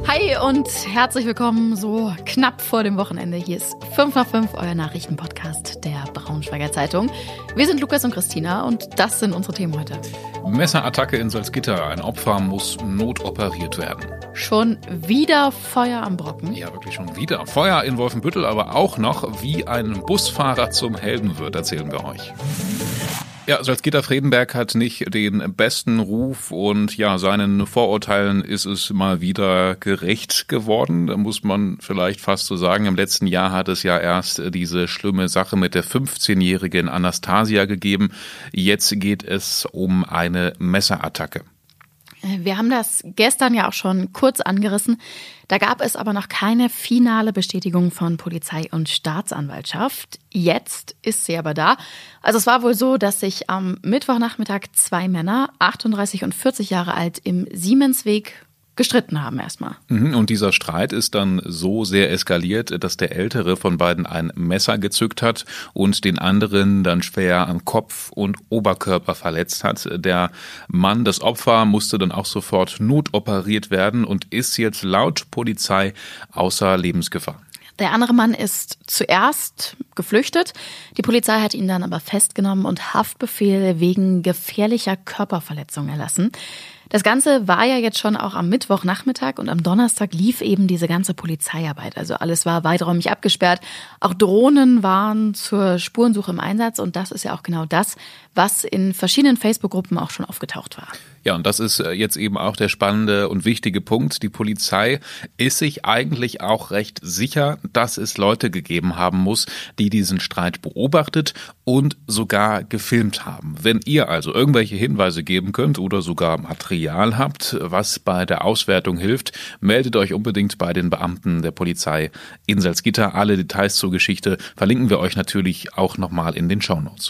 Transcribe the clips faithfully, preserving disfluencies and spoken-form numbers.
Hi und herzlich willkommen so knapp vor dem Wochenende. Hier ist fünf nach fünf, euer Nachrichtenpodcast der Braunschweiger Zeitung. Wir sind Lukas und Christina und das sind unsere Themen heute. Messerattacke in Salzgitter. Ein Opfer muss notoperiert werden. Schon wieder Feuer am Brocken? Ja, wirklich schon wieder. Feuer in Wolfenbüttel, aber auch noch, wie ein Busfahrer zum Helden wird, erzählen wir euch. Ja, Salzgitter-Fredenberg hat nicht den besten Ruf und ja, seinen Vorurteilen ist es mal wieder gerecht geworden. Da muss man vielleicht fast so sagen. Im letzten Jahr hat es ja erst diese schlimme Sache mit der fünfzehnjährigen Anastasia gegeben. Jetzt geht es um eine Messerattacke. Wir haben das gestern ja auch schon kurz angerissen. Da gab es aber noch keine finale Bestätigung von Polizei und Staatsanwaltschaft. Jetzt ist sie aber da. Also es war wohl so, dass sich am Mittwochnachmittag zwei Männer, achtunddreißig und vierzig Jahre alt, im Siemensweg gestritten haben erstmal. Und dieser Streit ist dann so sehr eskaliert, dass der Ältere von beiden ein Messer gezückt hat und den anderen dann schwer am Kopf und Oberkörper verletzt hat. Der Mann, das Opfer, musste dann auch sofort notoperiert werden und ist jetzt laut Polizei außer Lebensgefahr. Der andere Mann ist zuerst geflüchtet. Die Polizei hat ihn dann aber festgenommen und Haftbefehl wegen gefährlicher Körperverletzung erlassen. Das Ganze war ja jetzt schon auch am Mittwochnachmittag und am Donnerstag lief eben diese ganze Polizeiarbeit. Also alles war weiträumig abgesperrt. Auch Drohnen waren zur Spurensuche im Einsatz und das ist ja auch genau das, was in verschiedenen Facebook-Gruppen auch schon aufgetaucht war. Ja, und das ist jetzt eben auch der spannende und wichtige Punkt. Die Polizei ist sich eigentlich auch recht sicher, dass es Leute gegeben haben muss, die diesen Streit beobachtet und sogar gefilmt haben. Wenn ihr also irgendwelche Hinweise geben könnt oder sogar Material habt, was bei der Auswertung hilft, meldet euch unbedingt bei den Beamten der Polizei in Salzgitter. Alle Details zur Geschichte verlinken wir euch natürlich auch nochmal in den Shownotes.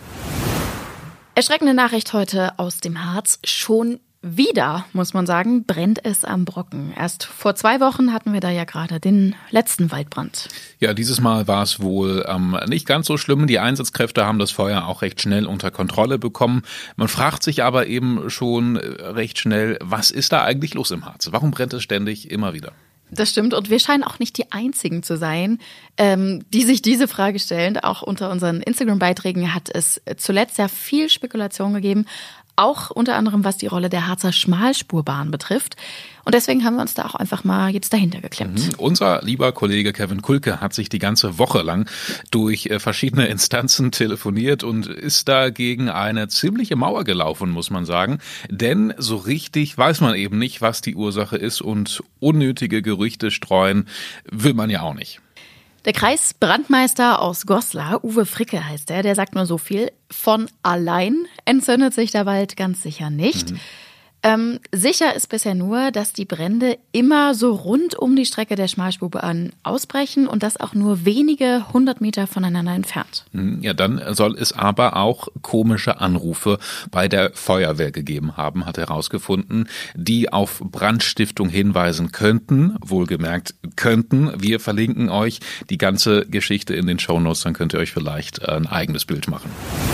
Erschreckende Nachricht heute aus dem Harz. Schon wieder, muss man sagen, brennt es am Brocken. Erst vor zwei Wochen hatten wir da ja gerade den letzten Waldbrand. Ja, dieses Mal war es wohl ähm, nicht ganz so schlimm. Die Einsatzkräfte haben das Feuer auch recht schnell unter Kontrolle bekommen. Man fragt sich aber eben schon recht schnell, was ist da eigentlich los im Harz? Warum brennt es ständig immer wieder? Das stimmt und wir scheinen auch nicht die Einzigen zu sein, ähm, die sich diese Frage stellen. Auch unter unseren Instagram-Beiträgen hat es zuletzt ja viel Spekulation gegeben, auch unter anderem was die Rolle der Harzer Schmalspurbahn betrifft. Und deswegen haben wir uns da auch einfach mal jetzt dahinter geklemmt. Mhm. Unser lieber Kollege Kevin Kulke hat sich die ganze Woche lang durch verschiedene Instanzen telefoniert und ist da gegen eine ziemliche Mauer gelaufen, muss man sagen. Denn so richtig weiß man eben nicht, was die Ursache ist und unnötige Gerüchte streuen will man ja auch nicht. Der Kreisbrandmeister aus Goslar, Uwe Fricke heißt er, der sagt nur so viel: Von allein entzündet sich der Wald ganz sicher nicht. Mhm. Ähm, sicher ist bisher nur, dass die Brände immer so rund um die Strecke der Schmalspurbahn ausbrechen und das auch nur wenige hundert Meter voneinander entfernt. Ja, dann soll es aber auch komische Anrufe bei der Feuerwehr gegeben haben, hat herausgefunden, die auf Brandstiftung hinweisen könnten, wohlgemerkt könnten. Wir verlinken euch die ganze Geschichte in den Shownotes, dann könnt ihr euch vielleicht ein eigenes Bild machen.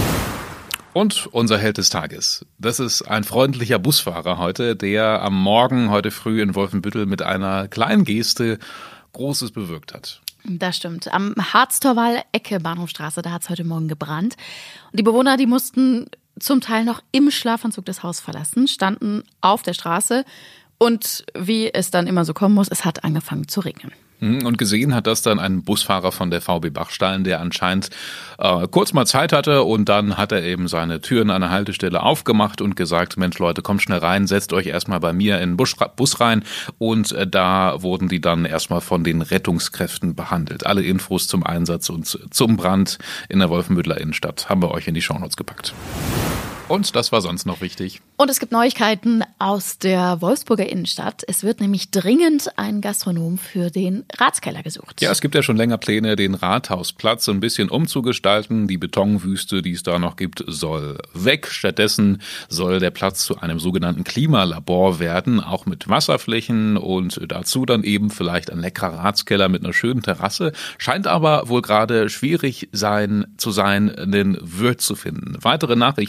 Und unser Held des Tages. Das ist ein freundlicher Busfahrer heute, der am Morgen heute früh in Wolfenbüttel mit einer kleinen Geste Großes bewirkt hat. Das stimmt. Am Harztorwall Ecke Bahnhofstraße, da hat es heute Morgen gebrannt. Und die Bewohner, die mussten zum Teil noch im Schlafanzug das Haus verlassen, standen auf der Straße und wie es dann immer so kommen muss, es hat angefangen zu regnen. Und gesehen hat das dann ein Busfahrer von der V B Bachstein, der anscheinend äh, kurz mal Zeit hatte und dann hat er eben seine Türen an der Haltestelle aufgemacht und gesagt, Mensch Leute, kommt schnell rein, setzt euch erstmal bei mir in den Bus, Bus rein und äh, da wurden die dann erstmal von den Rettungskräften behandelt. Alle Infos zum Einsatz und zum Brand in der Wolfenbütteler Innenstadt haben wir euch in die Shownotes gepackt. Und das war sonst noch wichtig. Und es gibt Neuigkeiten aus der Wolfsburger Innenstadt. Es wird nämlich dringend ein Gastronom für den Ratskeller gesucht. Ja, es gibt ja schon länger Pläne, den Rathausplatz so ein bisschen umzugestalten. Die Betonwüste, die es da noch gibt, soll weg. Stattdessen soll der Platz zu einem sogenannten Klimalabor werden, auch mit Wasserflächen und dazu dann eben vielleicht ein leckerer Ratskeller mit einer schönen Terrasse. Scheint aber wohl gerade schwierig sein zu sein, den Wirt zu finden. Weitere Nachrichten aus der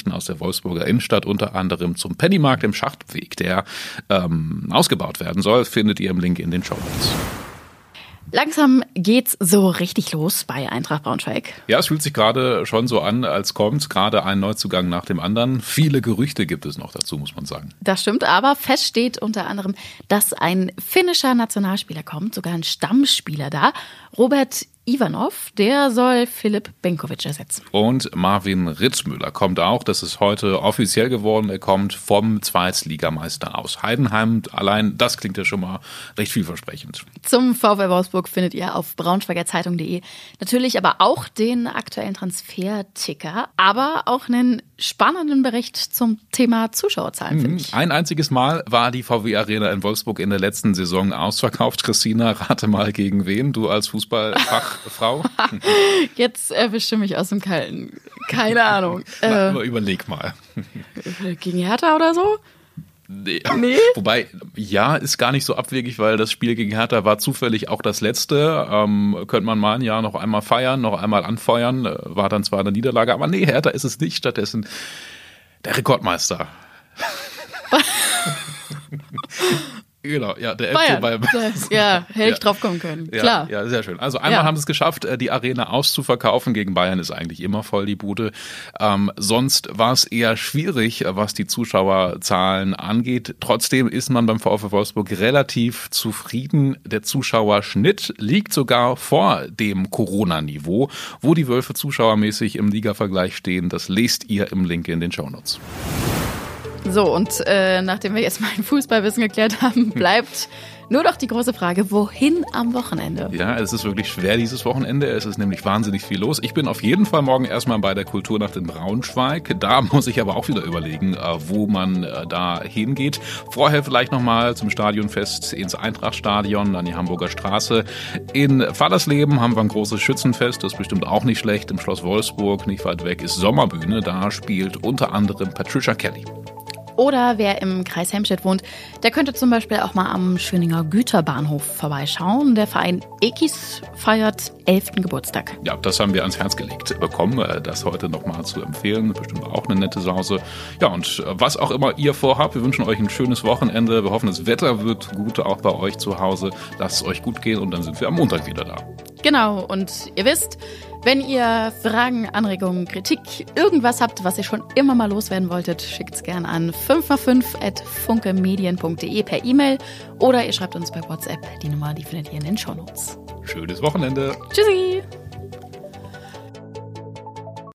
Wolfsburger Innenstadt, unter anderem zum Pennymarkt im Schachtweg, der ähm, ausgebaut werden soll, findet ihr im Link in den Shownotes. Langsam geht's so richtig los bei Eintracht Braunschweig. Ja, es fühlt sich gerade schon so an, als kommt gerade ein Neuzugang nach dem anderen. Viele Gerüchte gibt es noch dazu, muss man sagen. Das stimmt, aber fest steht unter anderem, dass ein finnischer Nationalspieler kommt, sogar ein Stammspieler da. Robert Ivanov, der soll Filip Benkovic ersetzen. Und Marvin Ritzmüller kommt auch, das ist heute offiziell geworden, er kommt vom Zweitligameister aus Heidenheim. Allein das klingt ja schon mal recht vielversprechend. Zum VfL Wolfsburg findet ihr auf braunschweiger zeitung punkt de natürlich aber auch den aktuellen Transferticker, aber auch einen spannenden Bericht zum Thema Zuschauerzahlen, finde ich. Ein einziges Mal war die V W Arena in Wolfsburg in der letzten Saison ausverkauft. Christina, rate mal gegen wen, du als Fußballfachfrau? Jetzt erwischt du mich aus dem Kalten. Keine Ahnung. äh, Überleg mal. Gegen Hertha oder so? Nee. nee. Wobei, ja, ist gar nicht so abwegig, weil das Spiel gegen Hertha war zufällig auch das letzte. Ähm, könnte man meinen, ja, noch einmal feiern, noch einmal anfeuern. War dann zwar eine Niederlage, aber nee, Hertha ist es nicht. Stattdessen der Rekordmeister. Genau, ja, der F C Bayern. Ja, hätte ich drauf kommen können, ja, klar. Ja, sehr schön. Also einmal ja. haben sie es geschafft, die Arena auszuverkaufen. Gegen Bayern ist eigentlich immer voll die Bude. Ähm, sonst war es eher schwierig, was die Zuschauerzahlen angeht. Trotzdem ist man beim VfL Wolfsburg relativ zufrieden. Der Zuschauerschnitt liegt sogar vor dem Corona-Niveau. Wo die Wölfe zuschauermäßig im Liga-Vergleich stehen, das lest ihr im Link in den Shownotes. So, und äh, nachdem wir jetzt mal ein Fußballwissen geklärt haben, bleibt nur noch die große Frage, wohin am Wochenende? Ja, es ist wirklich schwer dieses Wochenende. Es ist nämlich wahnsinnig viel los. Ich bin auf jeden Fall morgen erstmal bei der Kulturnacht in Braunschweig. Da muss ich aber auch wieder überlegen, wo man da hingeht. Vorher vielleicht nochmal zum Stadionfest ins Eintrachtstadion an die Hamburger Straße. In Fallersleben haben wir ein großes Schützenfest. Das ist bestimmt auch nicht schlecht. Im Schloss Wolfsburg, nicht weit weg, ist Sommerbühne. Da spielt unter anderem Patricia Kelly. Oder wer im Kreis Helmstedt wohnt, der könnte zum Beispiel auch mal am Schöninger Güterbahnhof vorbeischauen. Der Verein Ekis feiert elften Geburtstag. Ja, das haben wir ans Herz gelegt bekommen, das heute nochmal zu empfehlen. Bestimmt auch eine nette Sause. Ja, und was auch immer ihr vorhabt, wir wünschen euch ein schönes Wochenende. Wir hoffen, das Wetter wird gut, auch bei euch zu Hause. Lasst es euch gut gehen und dann sind wir am Montag wieder da. Genau, und ihr wisst, wenn ihr Fragen, Anregungen, Kritik, irgendwas habt, was ihr schon immer mal loswerden wolltet, schickt's gerne an fünf mal fünf at funkemedien punkt de per E-Mail oder ihr schreibt uns bei WhatsApp. Die Nummer, die findet ihr in den Shownotes. Schönes Wochenende. Tschüssi.